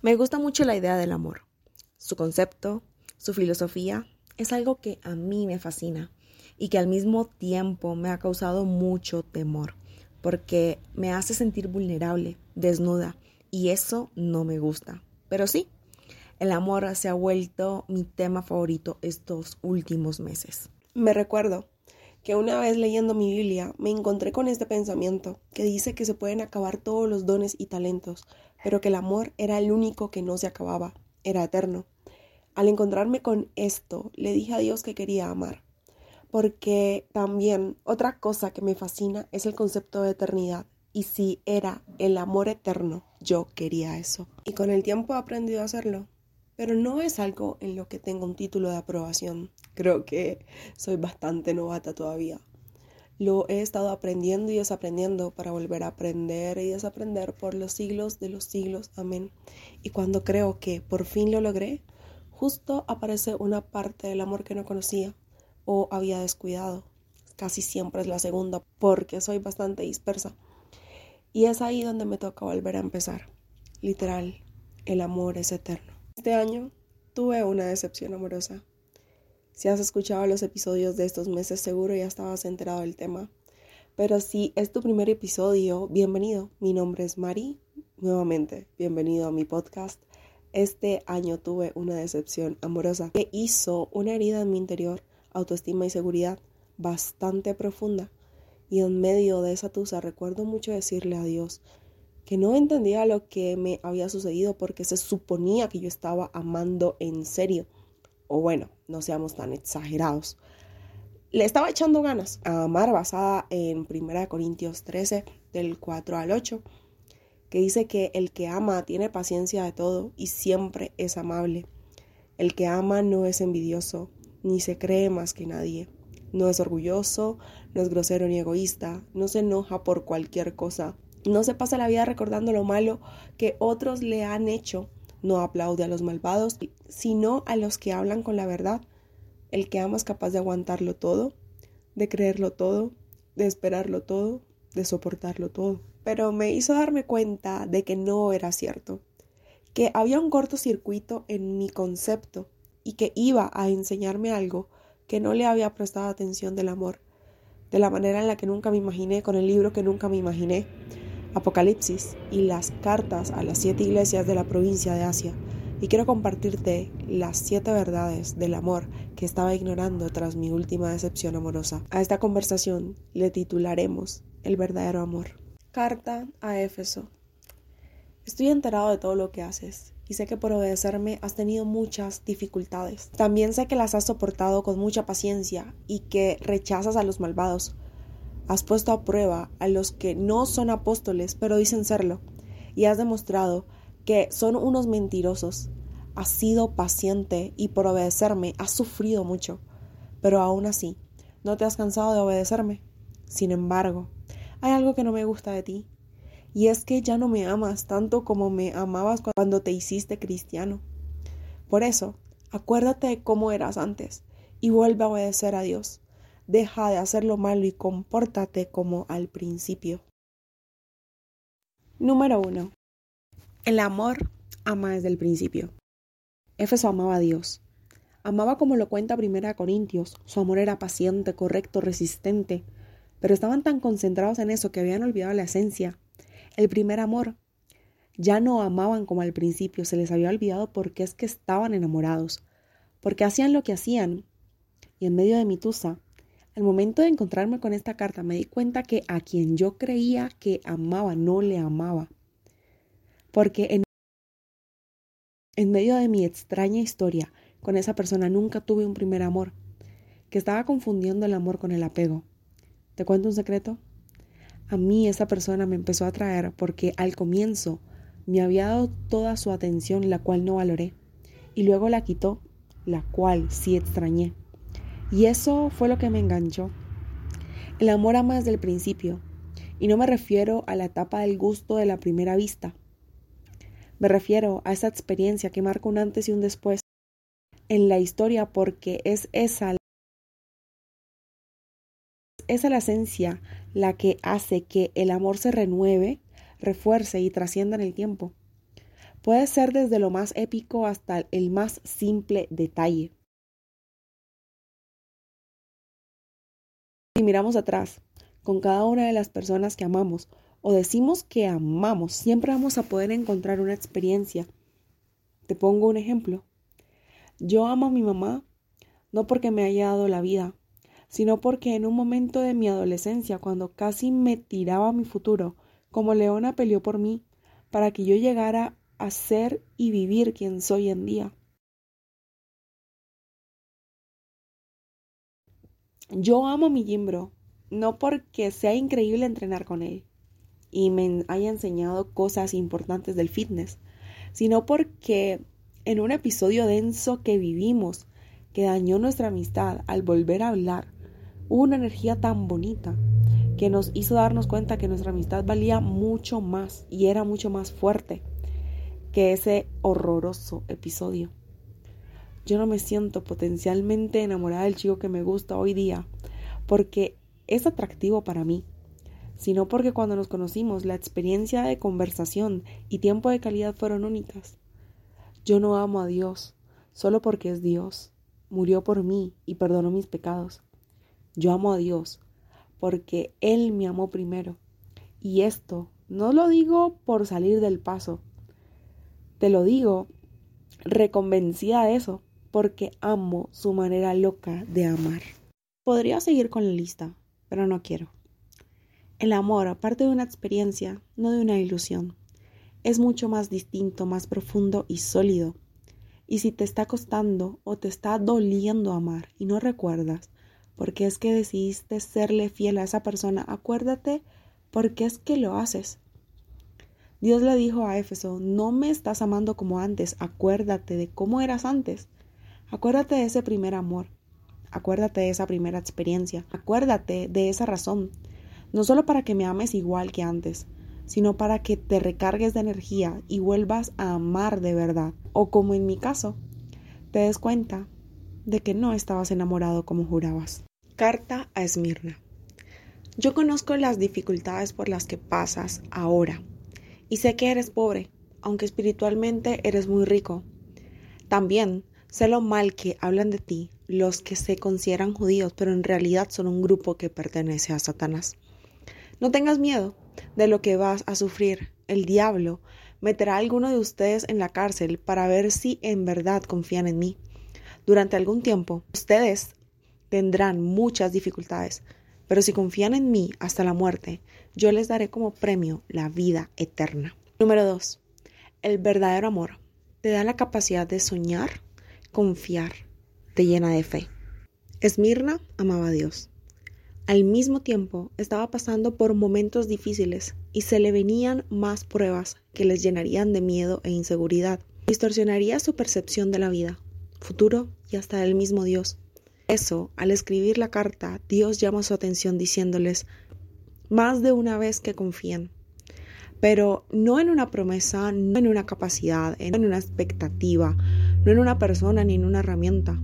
Me gusta mucho la idea del amor. Su concepto, su filosofía, es algo que a mí me fascina y que al mismo tiempo me ha causado mucho temor, porque me hace sentir vulnerable, desnuda, y eso no me gusta. Pero sí, el amor se ha vuelto mi tema favorito estos últimos meses. Me recuerdo que una vez leyendo mi Biblia me encontré con este pensamiento que dice que se pueden acabar todos los dones y talentos, pero que el amor era el único que no se acababa, era eterno. Al encontrarme con esto, le dije a Dios que quería amar, porque también otra cosa que me fascina es el concepto de eternidad. Y si era el amor eterno, yo quería eso. Y con el tiempo he aprendido a hacerlo. Pero no es algo en lo que tenga un título de aprobación. Creo que soy bastante novata todavía. Lo he estado aprendiendo y desaprendiendo para volver a aprender y desaprender por los siglos de los siglos. Amén. Y cuando creo que por fin lo logré, justo aparece una parte del amor que no conocía o había descuidado. Casi siempre es la segunda porque soy bastante dispersa. Y es ahí donde me toca volver a empezar. Literal, el amor es eterno. Este año tuve una decepción amorosa. Si has escuchado los episodios de estos meses, seguro ya estabas enterado del tema. Pero si es tu primer episodio, bienvenido. Mi nombre es Mari. Nuevamente, bienvenido a mi podcast. Este año tuve una decepción amorosa que hizo una herida en mi interior, autoestima y seguridad bastante profunda. Y en medio de esa tusa recuerdo mucho decirle a Dios que no entendía lo que me había sucedido porque se suponía que yo estaba amando en serio. O bueno, no seamos tan exagerados. Le estaba echando ganas a amar basada en 1 Corintios 13, del 4 al 8, que dice que el que ama tiene paciencia de todo y siempre es amable. El que ama no es envidioso, ni se cree más que nadie. No es orgulloso, no es grosero ni egoísta, no se enoja por cualquier cosa. No se pasa la vida recordando lo malo que otros le han hecho. No aplaude a los malvados, sino a los que hablan con la verdad. El que ama es capaz de aguantarlo todo, de creerlo todo, de esperarlo todo, de soportarlo todo. Pero me hizo darme cuenta de que no era cierto, que había un cortocircuito en mi concepto y que iba a enseñarme algo que no le había prestado atención del amor, de la manera en la que nunca me imaginé, con el libro que nunca me imaginé, Apocalipsis y las cartas a las 7 iglesias de la provincia de Asia. Y quiero compartirte las 7 verdades del amor que estaba ignorando tras mi última decepción amorosa. A esta conversación le titularemos El verdadero amor. Carta a Éfeso. Estoy enterado de todo lo que haces y sé que por obedecerme has tenido muchas dificultades. También sé que las has soportado con mucha paciencia y que rechazas a los malvados. Has puesto a prueba a los que no son apóstoles, pero dicen serlo, y has demostrado que son unos mentirosos. Has sido paciente y por obedecerme has sufrido mucho, pero aún así no te has cansado de obedecerme. Sin embargo, hay algo que no me gusta de ti, y es que ya no me amas tanto como me amabas cuando te hiciste cristiano. Por eso, acuérdate de cómo eras antes y vuelve a obedecer a Dios. Deja de hacer lo malo y compórtate como al principio. Número 1. El amor ama desde el principio. Éfeso amaba a Dios. Amaba como lo cuenta 1 Corintios. Su amor era paciente, correcto, resistente. Pero estaban tan concentrados en eso que habían olvidado la esencia. El primer amor. Ya no amaban como al principio. Se les había olvidado por qué es que estaban enamorados. Porque hacían lo que hacían. Y en medio de mi tusa, al momento de encontrarme con esta carta, me di cuenta que a quien yo creía que amaba, no le amaba. Porque en medio de mi extraña historia con esa persona nunca tuve un primer amor, que estaba confundiendo el amor con el apego. ¿Te cuento un secreto? A mí esa persona me empezó a atraer porque al comienzo me había dado toda su atención, la cual no valoré, y luego la quitó, la cual sí extrañé. Y eso fue lo que me enganchó. El amor ama desde el principio, y no me refiero a la etapa del gusto de la primera vista. Me refiero a esa experiencia que marca un antes y un después en la historia, porque es esa la esencia la que hace que el amor se renueve, refuerce y trascienda en el tiempo. Puede ser desde lo más épico hasta el más simple detalle. Si miramos atrás, con cada una de las personas que amamos o decimos que amamos, siempre vamos a poder encontrar una experiencia. Te pongo un ejemplo. Yo amo a mi mamá no porque me haya dado la vida, sino porque en un momento de mi adolescencia, cuando casi me tiraba mi futuro, como leona peleó por mí, para que yo llegara a ser y vivir quien soy en día. Yo amo a mi gym bro, no porque sea increíble entrenar con él y me haya enseñado cosas importantes del fitness, sino porque en un episodio denso que vivimos, que dañó nuestra amistad, al volver a hablar, hubo una energía tan bonita que nos hizo darnos cuenta que nuestra amistad valía mucho más y era mucho más fuerte que ese horroroso episodio. Yo no me siento potencialmente enamorada del chico que me gusta hoy día porque es atractivo para mí, sino porque cuando nos conocimos la experiencia de conversación y tiempo de calidad fueron únicas. Yo no amo a Dios solo porque es Dios, murió por mí y perdonó mis pecados. Yo amo a Dios porque Él me amó primero. Y esto no lo digo por salir del paso, te lo digo reconvencida de eso, porque amo su manera loca de amar. Podría seguir con la lista, pero no quiero. El amor, aparte de una experiencia, no de una ilusión, es mucho más distinto, más profundo y sólido. Y si te está costando o te está doliendo amar y no recuerdas por qué es que decidiste serle fiel a esa persona, acuérdate por qué es que lo haces. Dios le dijo a Éfeso, no me estás amando como antes, acuérdate de cómo eras antes. Acuérdate de ese primer amor, acuérdate de esa primera experiencia, acuérdate de esa razón, no solo para que me ames igual que antes, sino para que te recargues de energía y vuelvas a amar de verdad. O como en mi caso, te des cuenta de que no estabas enamorado como jurabas. Carta a Esmirna. Yo conozco las dificultades por las que pasas ahora. Y sé que eres pobre, aunque espiritualmente eres muy rico. También sé lo mal que hablan de ti los que se consideran judíos, pero en realidad son un grupo que pertenece a Satanás. No tengas miedo de lo que vas a sufrir. El diablo meterá a alguno de ustedes en la cárcel para ver si en verdad confían en mí. Durante algún tiempo, ustedes tendrán muchas dificultades, pero si confían en mí hasta la muerte, yo les daré como premio la vida eterna. Número 2. El verdadero amor te da la capacidad de soñar, confiar, te llena de fe. Esmirna amaba a Dios. Al mismo tiempo estaba pasando por momentos difíciles y se le venían más pruebas que les llenarían de miedo e inseguridad. Distorsionaría su percepción de la vida, futuro y hasta del mismo Dios. Eso, al escribir la carta, Dios llama su atención diciéndoles más de una vez que confíen, pero no en una promesa, no en una capacidad, no en una expectativa, no en una persona ni en una herramienta.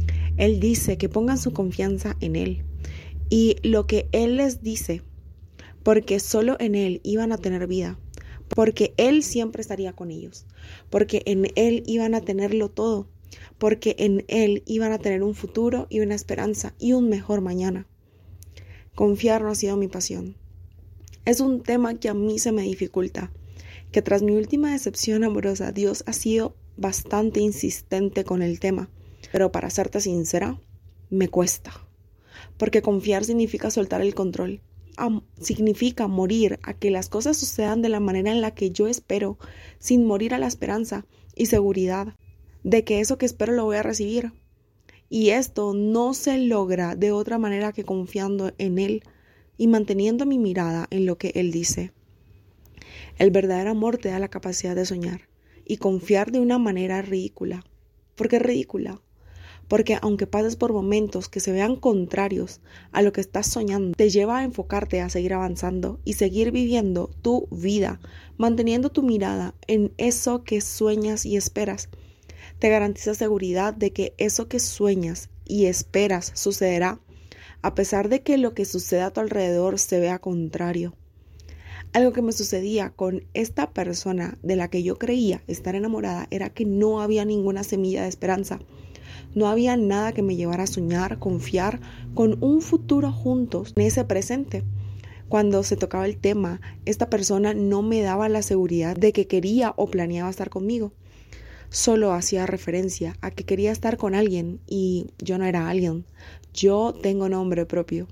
Él dice que pongan su confianza en Él y lo que Él les dice, porque solo en Él iban a tener vida, porque Él siempre estaría con ellos, porque en Él iban a tenerlo todo, porque en Él iban a tener un futuro y una esperanza y un mejor mañana. Confiar no ha sido mi pasión. Es un tema que a mí se me dificulta, que tras mi última decepción amorosa, Dios ha sido bastante insistente con el tema, pero para serte sincera, me cuesta, porque confiar significa soltar el control, significa morir a que las cosas sucedan de la manera en la que yo espero, sin morir a la esperanza y seguridad de que eso que espero lo voy a recibir. Y esto no se logra de otra manera que confiando en Él y manteniendo mi mirada en lo que Él dice. El verdadero amor te da la capacidad de soñar y confiar de una manera ridícula. ¿Por qué ridícula? Porque aunque pases por momentos que se vean contrarios a lo que estás soñando, te lleva a enfocarte a seguir avanzando y seguir viviendo tu vida, manteniendo tu mirada en eso que sueñas y esperas. Te garantiza seguridad de que eso que sueñas y esperas sucederá, a pesar de que lo que suceda a tu alrededor se vea contrario. Algo que me sucedía con esta persona de la que yo creía estar enamorada era que no había ninguna semilla de esperanza. No había nada que me llevara a soñar, confiar con un futuro juntos en ese presente. Cuando se tocaba el tema, esta persona no me daba la seguridad de que quería o planeaba estar conmigo. Solo hacía referencia a que quería estar con alguien y yo no era alguien. Yo tengo nombre propio.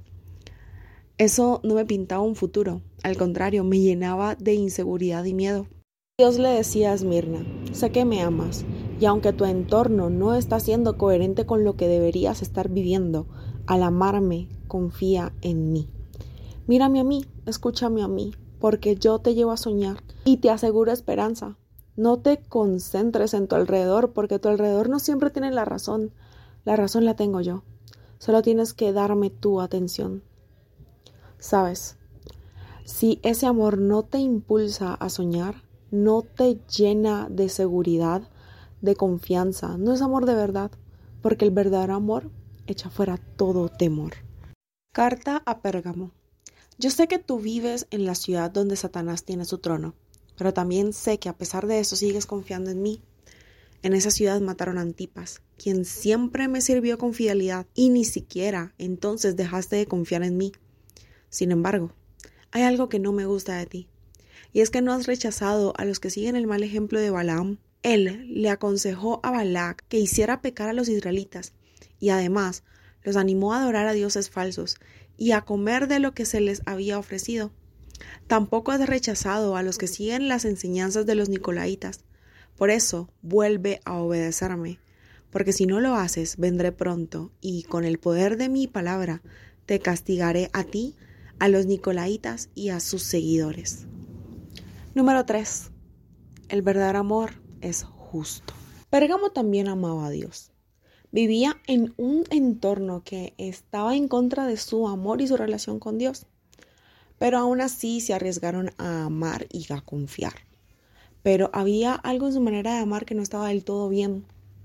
Eso no me pintaba un futuro, al contrario, me llenaba de inseguridad y miedo. Dios le decía a Esmirna, sé que me amas, y aunque tu entorno no está siendo coherente con lo que deberías estar viviendo, al amarme, confía en mí. Mírame a mí, escúchame a mí, porque yo te llevo a soñar y te aseguro esperanza. No te concentres en tu alrededor, porque tu alrededor no siempre tiene la razón la tengo yo. Solo tienes que darme tu atención. ¿Sabes? Si ese amor no te impulsa a soñar, no te llena de seguridad, de confianza, no es amor de verdad, porque el verdadero amor echa fuera todo temor. Carta a Pérgamo. Yo sé que tú vives en la ciudad donde Satanás tiene su trono, pero también sé que a pesar de eso sigues confiando en mí. En esa ciudad mataron a Antipas, quien siempre me sirvió con fidelidad, y ni siquiera entonces dejaste de confiar en mí. Sin embargo, hay algo que no me gusta de ti, y es que no has rechazado a los que siguen el mal ejemplo de Balaam. Él le aconsejó a Balac que hiciera pecar a los israelitas, y además los animó a adorar a dioses falsos y a comer de lo que se les había ofrecido. Tampoco has rechazado a los que siguen las enseñanzas de los nicolaitas. Por eso, vuelve a obedecerme, porque si no lo haces, vendré pronto, y con el poder de mi palabra, te castigaré a ti, a los nicolaitas y a sus seguidores. Número 3. El verdadero amor es justo. Pérgamo también amaba a Dios. Vivía en un entorno que estaba en contra de su amor y su relación con Dios. Pero aún así se arriesgaron a amar y a confiar. Pero había algo en su manera de amar que no estaba del todo bien.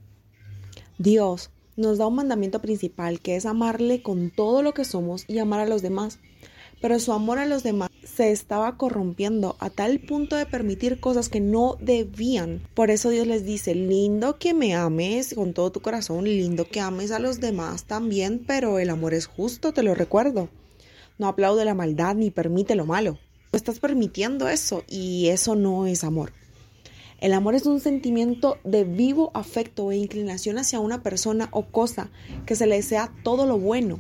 Dios nos da un mandamiento principal, que es amarle con todo lo que somos y amar a los demás. Pero su amor a los demás se estaba corrompiendo a tal punto de permitir cosas que no debían. Por eso Dios les dice, lindo que me ames con todo tu corazón, lindo que ames a los demás también, pero el amor es justo, te lo recuerdo. No aplaude la maldad ni permite lo malo. Tú estás permitiendo eso y eso no es amor. El amor es un sentimiento de vivo afecto e inclinación hacia una persona o cosa que se le desea todo lo bueno.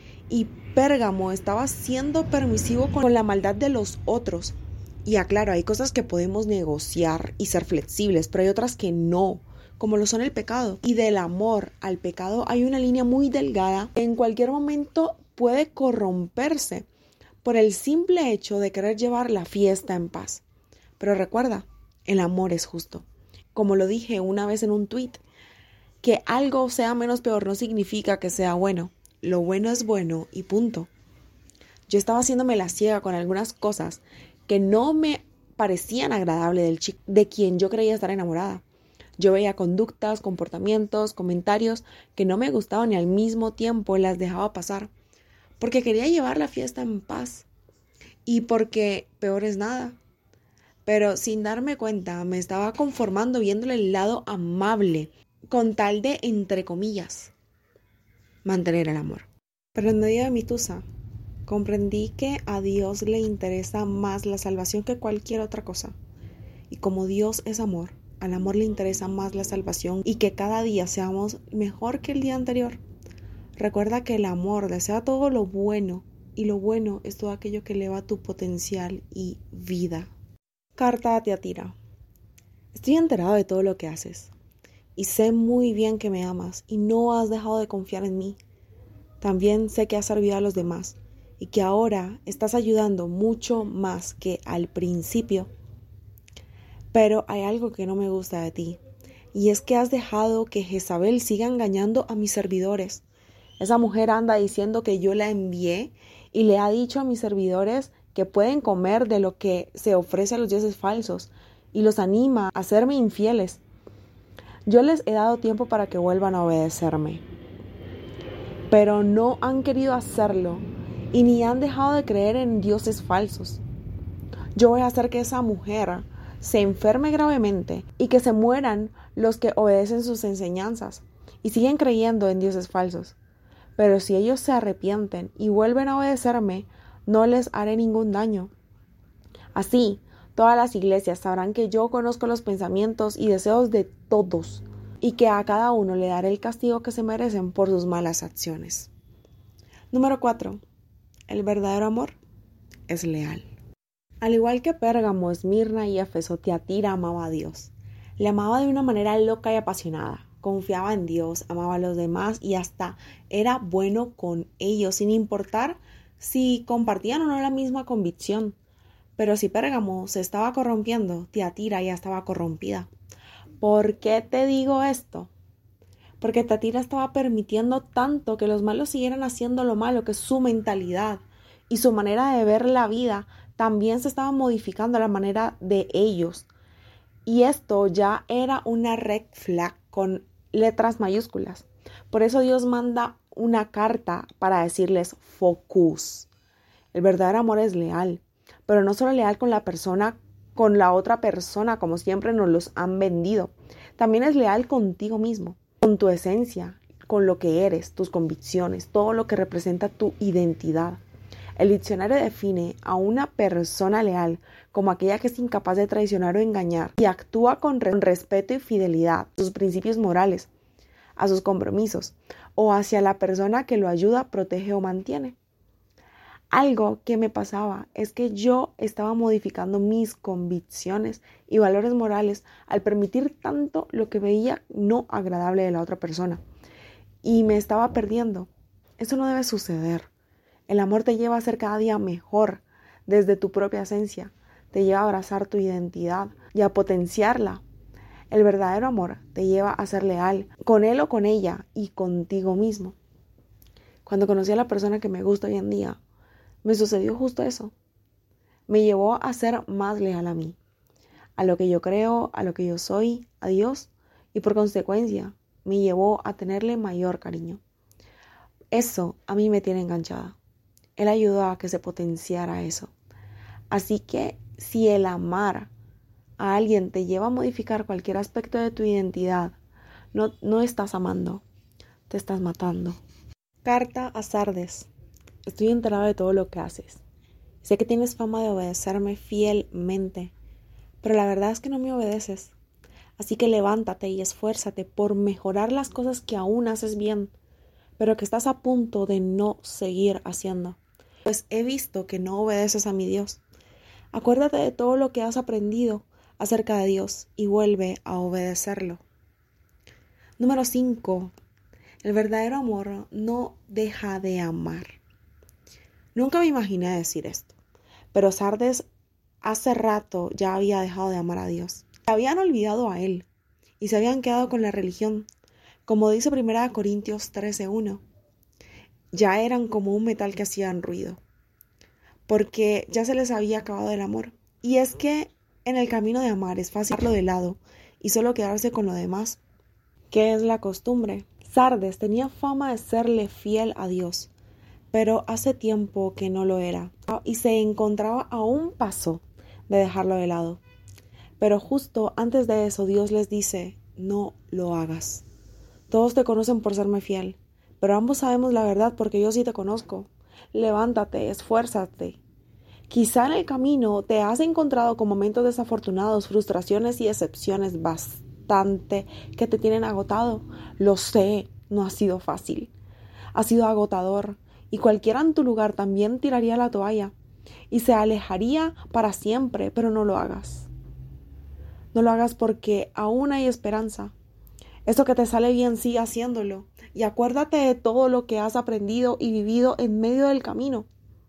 Y Pérgamo estaba siendo permisivo con la maldad de los otros. Y aclaro, hay cosas que podemos negociar y ser flexibles, pero hay otras que no, como lo son el pecado. Y del amor al pecado hay una línea muy delgada que en cualquier momento puede corromperse por el simple hecho de querer llevar la fiesta en paz. Pero recuerda, el amor es justo. Como lo dije una vez en un tuit, que algo sea menos peor no significa que sea bueno. Lo bueno es bueno y punto. Yo estaba haciéndome la ciega con algunas cosas que no me parecían agradables del chico de quien yo creía estar enamorada. Yo veía conductas, comportamientos, comentarios que no me gustaban y al mismo tiempo las dejaba pasar. Porque quería llevar la fiesta en paz. Y porque peor es nada. Pero sin darme cuenta me estaba conformando viéndole el lado amable, con tal de, entre comillas, mantener el amor. Pero en medio de mi tusa, comprendí que a Dios le interesa más la salvación que cualquier otra cosa. Y como Dios es amor, al amor le interesa más la salvación y que cada día seamos mejor que el día anterior. Recuerda que el amor desea todo lo bueno y lo bueno es todo aquello que eleva tu potencial y vida. Carta a Tiatira. Estoy enterado de todo lo que haces y sé muy bien que me amas y no has dejado de confiar en mí. También sé que has servido a los demás y que ahora estás ayudando mucho más que al principio. Pero hay algo que no me gusta de ti y es que has dejado que Jezabel siga engañando a mis servidores. Esa mujer anda diciendo que yo la envié y le ha dicho a mis servidores que pueden comer de lo que se ofrece a los dioses falsos y los anima a serme infieles. Yo les he dado tiempo para que vuelvan a obedecerme, pero no han querido hacerlo y ni han dejado de creer en dioses falsos. Yo voy a hacer que esa mujer se enferme gravemente y que se mueran los que obedecen sus enseñanzas y siguen creyendo en dioses falsos. Pero si ellos se arrepienten y vuelven a obedecerme, no les haré ningún daño. Así, todas las iglesias sabrán que yo conozco los pensamientos y deseos de todos y que a cada uno le daré el castigo que se merecen por sus malas acciones. Número 4. El verdadero amor es leal. Al igual que Pérgamo, Esmirna y Éfeso, Tiatira amaba a Dios. Le amaba de una manera loca y apasionada. Confiaba en Dios, amaba a los demás y hasta era bueno con ellos, sin importar si compartían o no la misma convicción. Pero si Pérgamo se estaba corrompiendo, Tiatira ya estaba corrompida. ¿Por qué te digo esto? Porque Tiatira estaba permitiendo tanto que los malos siguieran haciendo lo malo, que su mentalidad y su manera de ver la vida también se estaba modificando a la manera de ellos. Y esto ya era una red flag con letras mayúsculas. Por eso Dios manda una carta para decirles focus. El verdadero amor es leal, pero no solo leal con la persona, con la otra persona, como siempre nos los han vendido. También es leal contigo mismo, con tu esencia, con lo que eres, tus convicciones, todo lo que representa tu identidad. El diccionario define a una persona leal como aquella que es incapaz de traicionar o engañar y actúa con respeto y fidelidad a sus principios morales, a sus compromisos o hacia la persona que lo ayuda, protege o mantiene. Algo que me pasaba es que yo estaba modificando mis convicciones y valores morales al permitir tanto lo que veía no agradable de la otra persona y me estaba perdiendo. Eso no debe suceder. El amor te lleva a ser cada día mejor desde tu propia esencia, te lleva a abrazar tu identidad y a potenciarla. El verdadero amor te lleva a ser leal con él o con ella y contigo mismo. Cuando conocí a la persona que me gusta hoy en día, me sucedió justo eso. Me llevó a ser más leal a mí, a lo que yo creo, a lo que yo soy, a Dios, y por consecuencia me llevó a tenerle mayor cariño. Eso a mí me tiene enganchada. Él ayudó a que se potenciara eso. Así que si el amar a alguien te lleva a modificar cualquier aspecto de tu identidad, no estás amando, te estás matando. Carta a Sardes. Estoy enterado de todo lo que haces. Sé que tienes fama de obedecerme fielmente, pero la verdad es que no me obedeces. Así que levántate y esfuérzate por mejorar las cosas que aún haces bien, pero que estás a punto de no seguir haciendo. Pues he visto que no obedeces a mi Dios. Acuérdate de todo lo que has aprendido acerca de Dios y vuelve a obedecerlo. Número 5. El verdadero amor no deja de amar. Nunca me imaginé decir esto, pero Sardes hace rato ya había dejado de amar a Dios. Se habían olvidado a Él y se habían quedado con la religión. Como dice 1 Corintios 13:1, ya eran como un metal que hacían ruido, porque ya se les había acabado el amor. Y es que en el camino de amar es fácil dejarlo de lado y solo quedarse con lo demás, que es la costumbre. Sardes tenía fama de serle fiel a Dios, pero hace tiempo que no lo era y se encontraba a un paso de dejarlo de lado. Pero justo antes de eso Dios les dice, no lo hagas. Todos te conocen por serme fiel, pero ambos sabemos la verdad porque yo sí te conozco. Levántate, esfuérzate. Quizá en el camino te has encontrado con momentos desafortunados, frustraciones y decepciones bastante que te tienen agotado. Lo sé, no ha sido fácil. Ha sido agotador y cualquiera en tu lugar también tiraría la toalla y se alejaría para siempre, pero no lo hagas. No lo hagas porque aún hay esperanza. Eso que te sale bien, sigue haciéndolo. Y acuérdate de todo lo que has aprendido y vivido en medio del camino.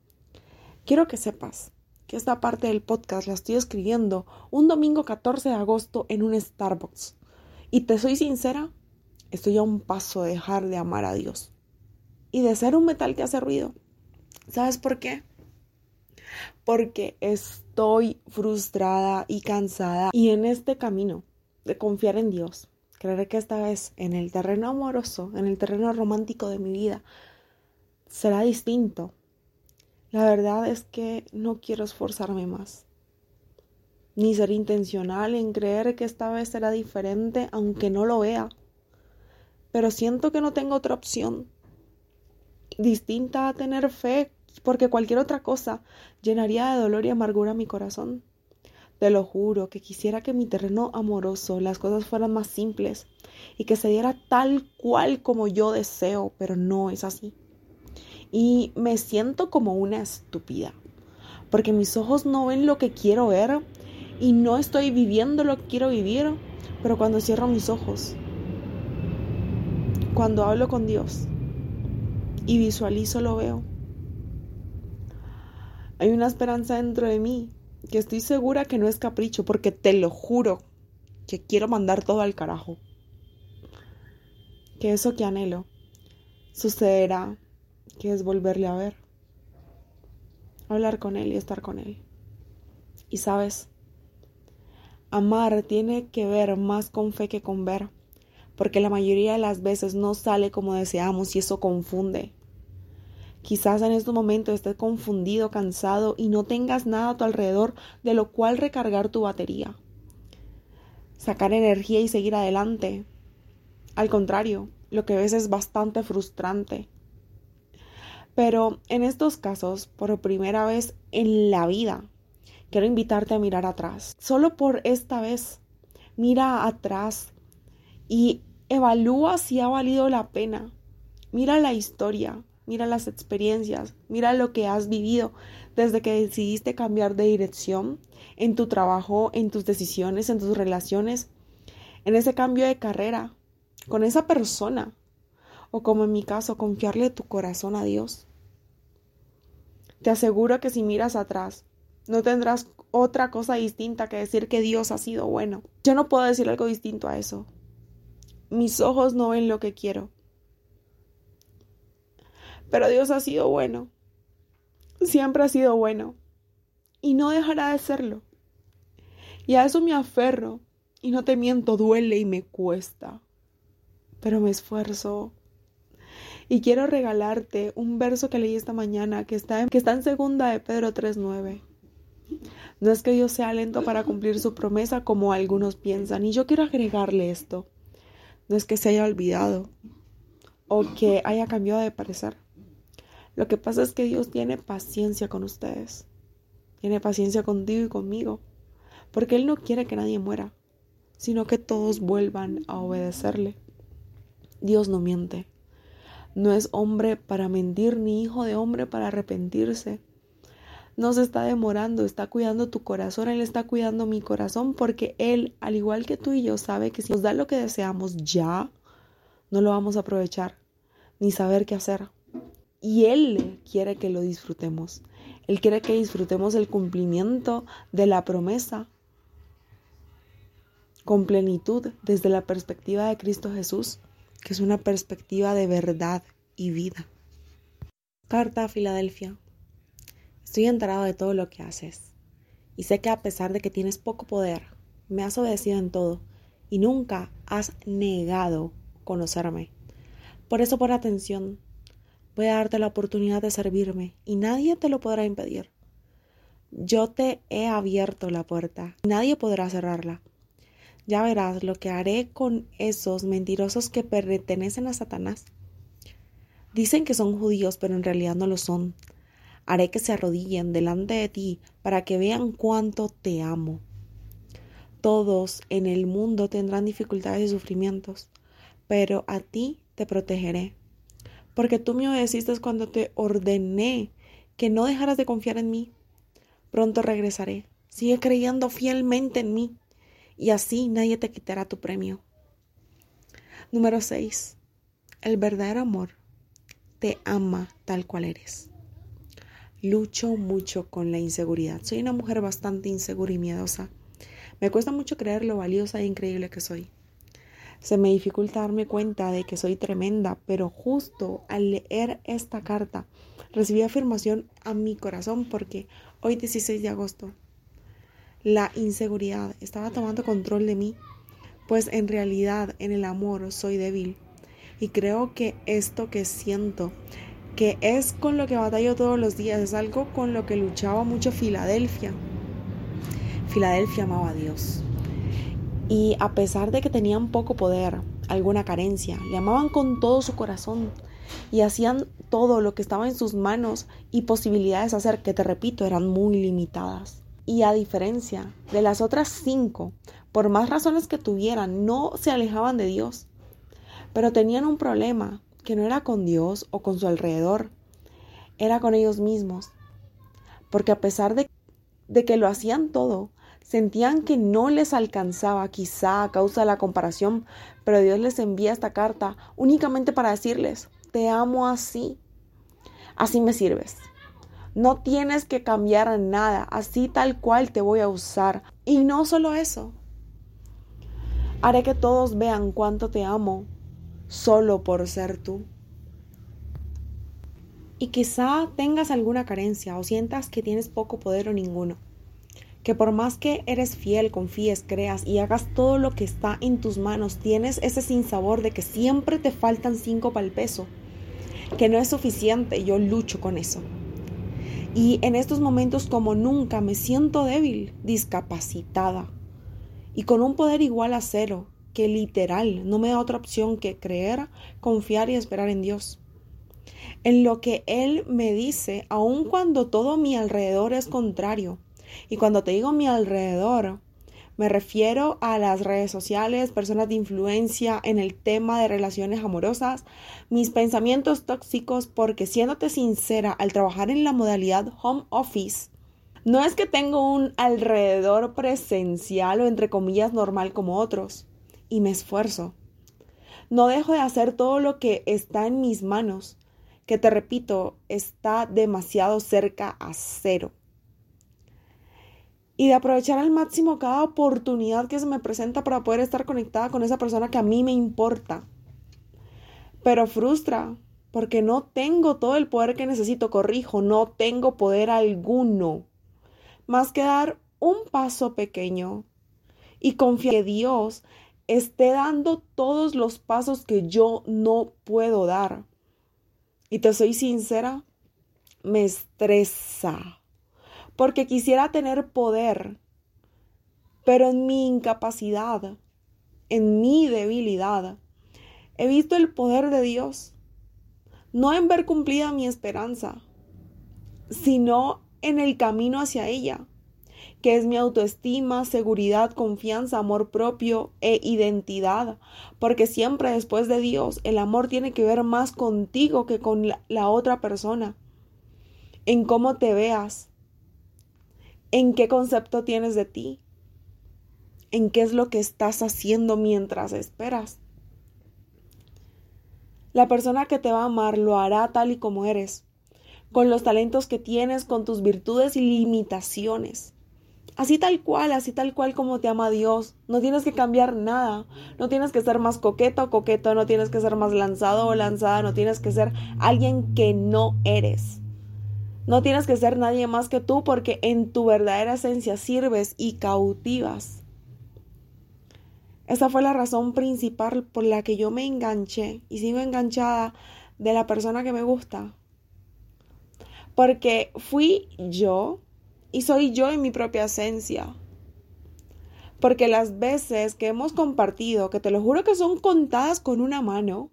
Quiero que sepas que esta parte del podcast la estoy escribiendo un domingo 14 de agosto en un Starbucks. Y te soy sincera, estoy a un paso de dejar de amar a Dios. Y de ser un metal que hace ruido. ¿Sabes por qué? Porque estoy frustrada y cansada. Y en este camino de confiar en Dios, creer que esta vez en el terreno amoroso, en el terreno romántico de mi vida, será distinto. La verdad es que no quiero esforzarme más. ni ser intencional en creer que esta vez será diferente, aunque no lo vea. Pero siento que no tengo otra opción distinta a tener fe, porque cualquier otra cosa llenaría de dolor y amargura mi corazón. Te lo juro que quisiera que mi terreno amoroso las cosas fueran más simples y que se diera tal cual como yo deseo, pero no es así. Y me siento como una estúpida, porque mis ojos no ven lo que quiero ver y no estoy viviendo lo que quiero vivir, pero cuando cierro mis ojos, cuando hablo con Dios y visualizo, lo veo. Hay una esperanza dentro de mí que estoy segura que no es capricho, porque te lo juro que quiero mandar todo al carajo. Que eso que anhelo sucederá, que es volverle a ver, hablar con Él y estar con Él. Y sabes, amar tiene que ver más con fe que con ver, porque la mayoría de las veces no sale como deseamos y eso confunde. Quizás en estos momentos estés confundido, cansado y no tengas nada a tu alrededor de lo cual recargar tu batería, sacar energía y seguir adelante. Al contrario, lo que ves es bastante frustrante. Pero en estos casos, por primera vez en la vida, quiero invitarte a mirar atrás. Solo por esta vez, mira atrás y evalúa si ha valido la pena. Mira la historia, mira las experiencias, mira lo que has vivido desde que decidiste cambiar de dirección en tu trabajo, en tus decisiones, en tus relaciones, en ese cambio de carrera, con esa persona, o como en mi caso, confiarle tu corazón a Dios. Te aseguro que si miras atrás, no tendrás otra cosa distinta que decir que Dios ha sido bueno. Yo no puedo decir algo distinto a eso. Mis ojos no ven lo que quiero. Pero Dios ha sido bueno. Siempre ha sido bueno. Y no dejará de serlo. Y a eso me aferro. Y no te miento, duele y me cuesta. Pero me esfuerzo. Y quiero regalarte un verso que leí esta mañana que está en 2 de Pedro 3:9. No es que Dios sea lento para cumplir su promesa como algunos piensan. Y yo quiero agregarle esto. No es que se haya olvidado o que haya cambiado de parecer. Lo que pasa es que Dios tiene paciencia con ustedes. Tiene paciencia contigo y conmigo. Porque Él no quiere que nadie muera, sino que todos vuelvan a obedecerle. Dios no miente. No es hombre para mentir, ni hijo de hombre para arrepentirse. No se está demorando, está cuidando tu corazón, Él está cuidando mi corazón, porque Él, al igual que tú y yo, sabe que si nos da lo que deseamos ya, no lo vamos a aprovechar, ni saber qué hacer. Y Él quiere que lo disfrutemos. Él quiere que disfrutemos el cumplimiento de la promesa con plenitud desde la perspectiva de Cristo Jesús, que es una perspectiva de verdad y vida. Carta a Filadelfia. Estoy enterado de todo lo que haces y sé que a pesar de que tienes poco poder, me has obedecido en todo y nunca has negado conocerme. Por eso pon atención. Voy a darte la oportunidad de servirme y nadie te lo podrá impedir. Yo te he abierto la puerta y nadie podrá cerrarla. Ya verás lo que haré con esos mentirosos que pertenecen a Satanás. Dicen que son judíos, pero en realidad no lo son. Haré que se arrodillen delante de ti para que vean cuánto te amo. Todos en el mundo tendrán dificultades y sufrimientos, pero a ti te protegeré. Porque tú me obedeciste cuando te ordené que no dejaras de confiar en mí. Pronto regresaré. Sigue creyendo fielmente en mí. Y así nadie te quitará tu premio. Número 6. El verdadero amor te ama tal cual eres. Lucho mucho con la inseguridad. Soy una mujer bastante insegura y miedosa. Me cuesta mucho creer lo valiosa e increíble que soy. Se me dificulta darme cuenta de que soy tremenda, pero justo al leer esta carta recibí afirmación a mi corazón porque hoy 16 de agosto la inseguridad estaba tomando control de mí, pues en realidad en el amor soy débil y creo que esto que siento, que es con lo que batallo todos los días, es algo con lo que luchaba mucho Filadelfia. Filadelfia amaba a Dios. Y a pesar de que tenían poco poder, alguna carencia, le amaban con todo su corazón y hacían todo lo que estaba en sus manos y posibilidades de hacer, que te repito, eran muy limitadas. Y a diferencia de las otras 5, por más razones que tuvieran, no se alejaban de Dios. Pero tenían un problema, que no era con Dios o con su alrededor, era con ellos mismos. Porque a pesar de que lo hacían todo, sentían que no les alcanzaba, quizá a causa de la comparación, pero Dios les envía esta carta únicamente para decirles: te amo así, así me sirves. No tienes que cambiar nada, así tal cual te voy a usar. Y no solo eso, haré que todos vean cuánto te amo, solo por ser tú. Y quizá tengas alguna carencia o sientas que tienes poco poder o ninguno. Que por más que eres fiel, confíes, creas y hagas todo lo que está en tus manos, tienes ese sinsabor de que siempre te faltan 5 para el peso, que no es suficiente. Yo lucho con eso. Y en estos momentos como nunca me siento débil, discapacitada y con un poder igual a 0, que literal no me da otra opción que creer, confiar y esperar en Dios. En lo que Él me dice, aun cuando todo a mi alrededor es contrario. Y cuando te digo mi alrededor, me refiero a las redes sociales, personas de influencia en el tema de relaciones amorosas, mis pensamientos tóxicos, porque siéndote sincera, al trabajar en la modalidad home office, no es que tengo un alrededor presencial o entre comillas normal como otros, y me esfuerzo. No dejo de hacer todo lo que está en mis manos, que te repito, está demasiado cerca a 0. Y de aprovechar al máximo cada oportunidad que se me presenta para poder estar conectada con esa persona que a mí me importa. Pero frustra, porque no tengo todo el poder que necesito, no tengo poder alguno, más que dar un paso pequeño y confiar que Dios esté dando todos los pasos que yo no puedo dar. Y te soy sincera, me estresa. Porque quisiera tener poder, pero en mi incapacidad, en mi debilidad, he visto el poder de Dios, no en ver cumplida mi esperanza, sino en el camino hacia ella, que es mi autoestima, seguridad, confianza, amor propio e identidad, porque siempre después de Dios, el amor tiene que ver más contigo que con la otra persona, en cómo te veas, en qué concepto tienes de ti, en qué es lo que estás haciendo mientras esperas. La persona que te va a amar lo hará tal y como eres, con los talentos que tienes, con tus virtudes y limitaciones. Así tal cual como te ama Dios. No tienes que cambiar nada. No tienes que ser más coqueta o coqueto, no tienes que ser más lanzado o lanzada, no tienes que ser alguien que no eres. No tienes que ser nadie más que tú, porque en tu verdadera esencia sirves y cautivas. Esa fue la razón principal por la que yo me enganché y sigo enganchada de la persona que me gusta. Porque fui yo y soy yo en mi propia esencia. Porque las veces que hemos compartido, que te lo juro que son contadas con una mano,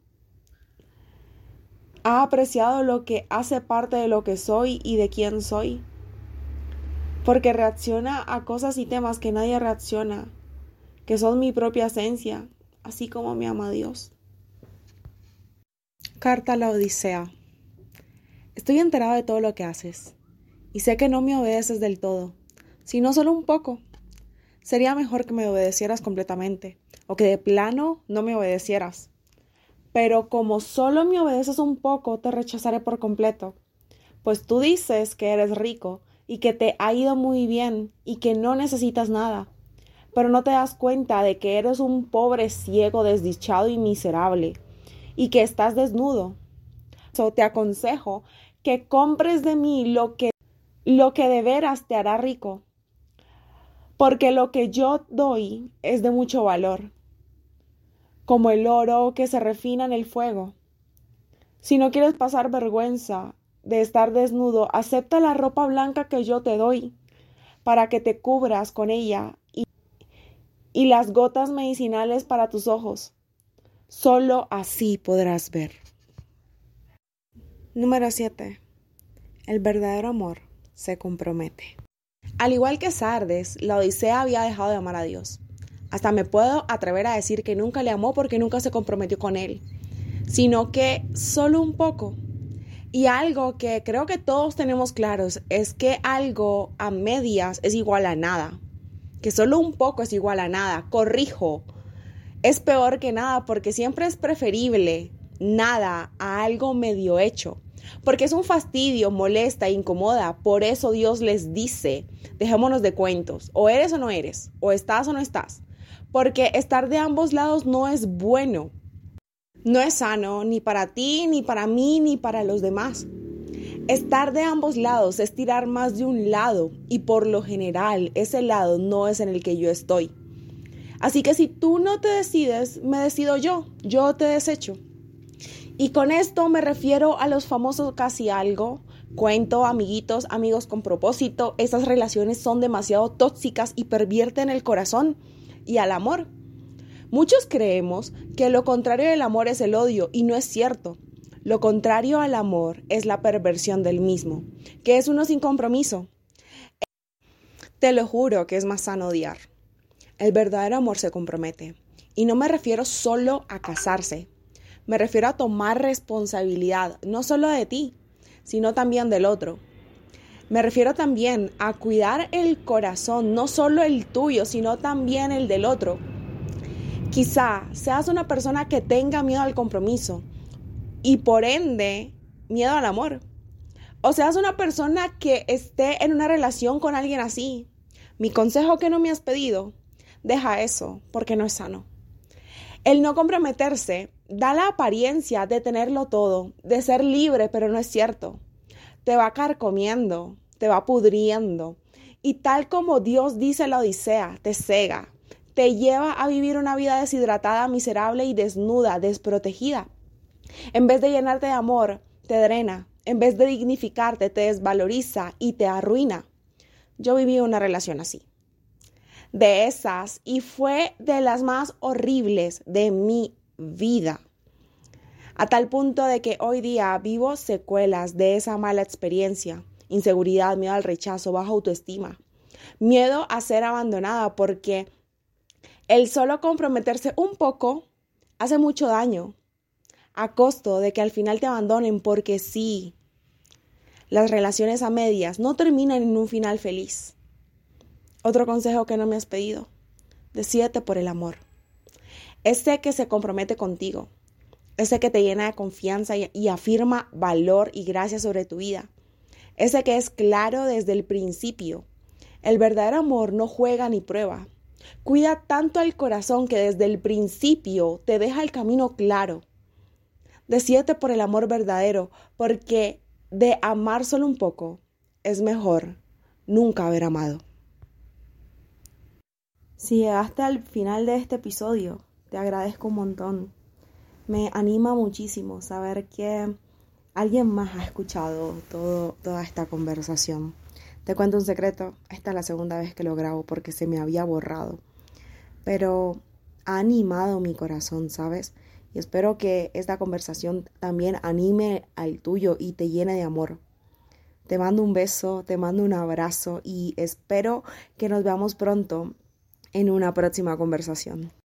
ha apreciado lo que hace parte de lo que soy y de quién soy. Porque reacciona a cosas y temas que nadie reacciona, que son mi propia esencia, así como me ama Dios. Carta a la Odisea. Estoy enterado de todo lo que haces, y sé que no me obedeces del todo, sino solo un poco. Sería mejor que me obedecieras completamente, o que de plano no me obedecieras. Pero como solo me obedeces un poco, te rechazaré por completo. Pues tú dices que eres rico y que te ha ido muy bien y que no necesitas nada. Pero no te das cuenta de que eres un pobre ciego, desdichado y miserable y que estás desnudo. Te aconsejo que compres de mí lo que de veras te hará rico. Porque lo que yo doy es de mucho valor, como el oro que se refina en el fuego. Si no quieres pasar vergüenza de estar desnudo, acepta la ropa blanca que yo te doy, para que te cubras con ella y las gotas medicinales para tus ojos. Solo así podrás ver. Número 7. El verdadero amor se compromete. Al igual que Sardes, la Odisea había dejado de amar a Dios. Hasta me puedo atrever a decir que nunca le amó porque nunca se comprometió con él, sino que solo un poco. Y algo que creo que todos tenemos claros es que algo a medias es igual a nada, que solo un poco es igual a nada. Corrijo, es peor que nada porque siempre es preferible nada a algo medio hecho. Porque es un fastidio, molesta, incomoda. Por eso Dios les dice, dejémonos de cuentos, o eres o no eres, o estás o no estás. Porque estar de ambos lados no es bueno. No es sano ni para ti, ni para mí, ni para los demás. Estar de ambos lados es tirar más de un lado y por lo general ese lado no es en el que yo estoy. Así que si tú no te decides, me decido yo te desecho. Y con esto me refiero a los famosos casi algo, cuento, amiguitos, amigos con propósito. Esas relaciones son demasiado tóxicas y pervierten el corazón y al amor. Muchos creemos que lo contrario del amor es el odio y no es cierto. Lo contrario al amor es la perversión del mismo, que es uno sin compromiso. Te lo juro que es más sano odiar. El verdadero amor se compromete. Y no me refiero solo a casarse. Me refiero a tomar responsabilidad, no solo de ti, sino también del otro. Me refiero también a cuidar el corazón, no solo el tuyo, sino también el del otro. Quizá seas una persona que tenga miedo al compromiso y por ende miedo al amor. O seas una persona que esté en una relación con alguien así. Mi consejo que no me has pedido, deja eso porque no es sano. El no comprometerse da la apariencia de tenerlo todo, de ser libre, pero no es cierto. Te va carcomiendo, te va pudriendo. Y tal como Dios dice en la Odisea, te cega, te lleva a vivir una vida deshidratada, miserable y desnuda, desprotegida. En vez de llenarte de amor, te drena. En vez de dignificarte, te desvaloriza y te arruina. Yo viví una relación así. De esas, y fue de las más horribles de mi vida. A tal punto de que hoy día vivo secuelas de esa mala experiencia. Inseguridad, miedo al rechazo, baja autoestima. Miedo a ser abandonada porque el solo comprometerse un poco hace mucho daño. A costo de que al final te abandonen porque sí. Las relaciones a medias no terminan en un final feliz. Otro consejo que no me has pedido, decídete por el amor. Ese que se compromete contigo, ese que te llena de confianza y afirma valor y gracia sobre tu vida, ese que es claro desde el principio. El verdadero amor no juega ni prueba. Cuida tanto al corazón que desde el principio te deja el camino claro. Decídete por el amor verdadero, porque de amar solo un poco es mejor nunca haber amado. Si llegaste al final de este episodio, te agradezco un montón. Me anima muchísimo saber que alguien más ha escuchado toda esta conversación. Te cuento un secreto, esta es la segunda vez que lo grabo porque se me había borrado. Pero ha animado mi corazón, ¿sabes? Y espero que esta conversación también anime al tuyo y te llene de amor. Te mando un beso, te mando un abrazo y espero que nos veamos pronto en una próxima conversación.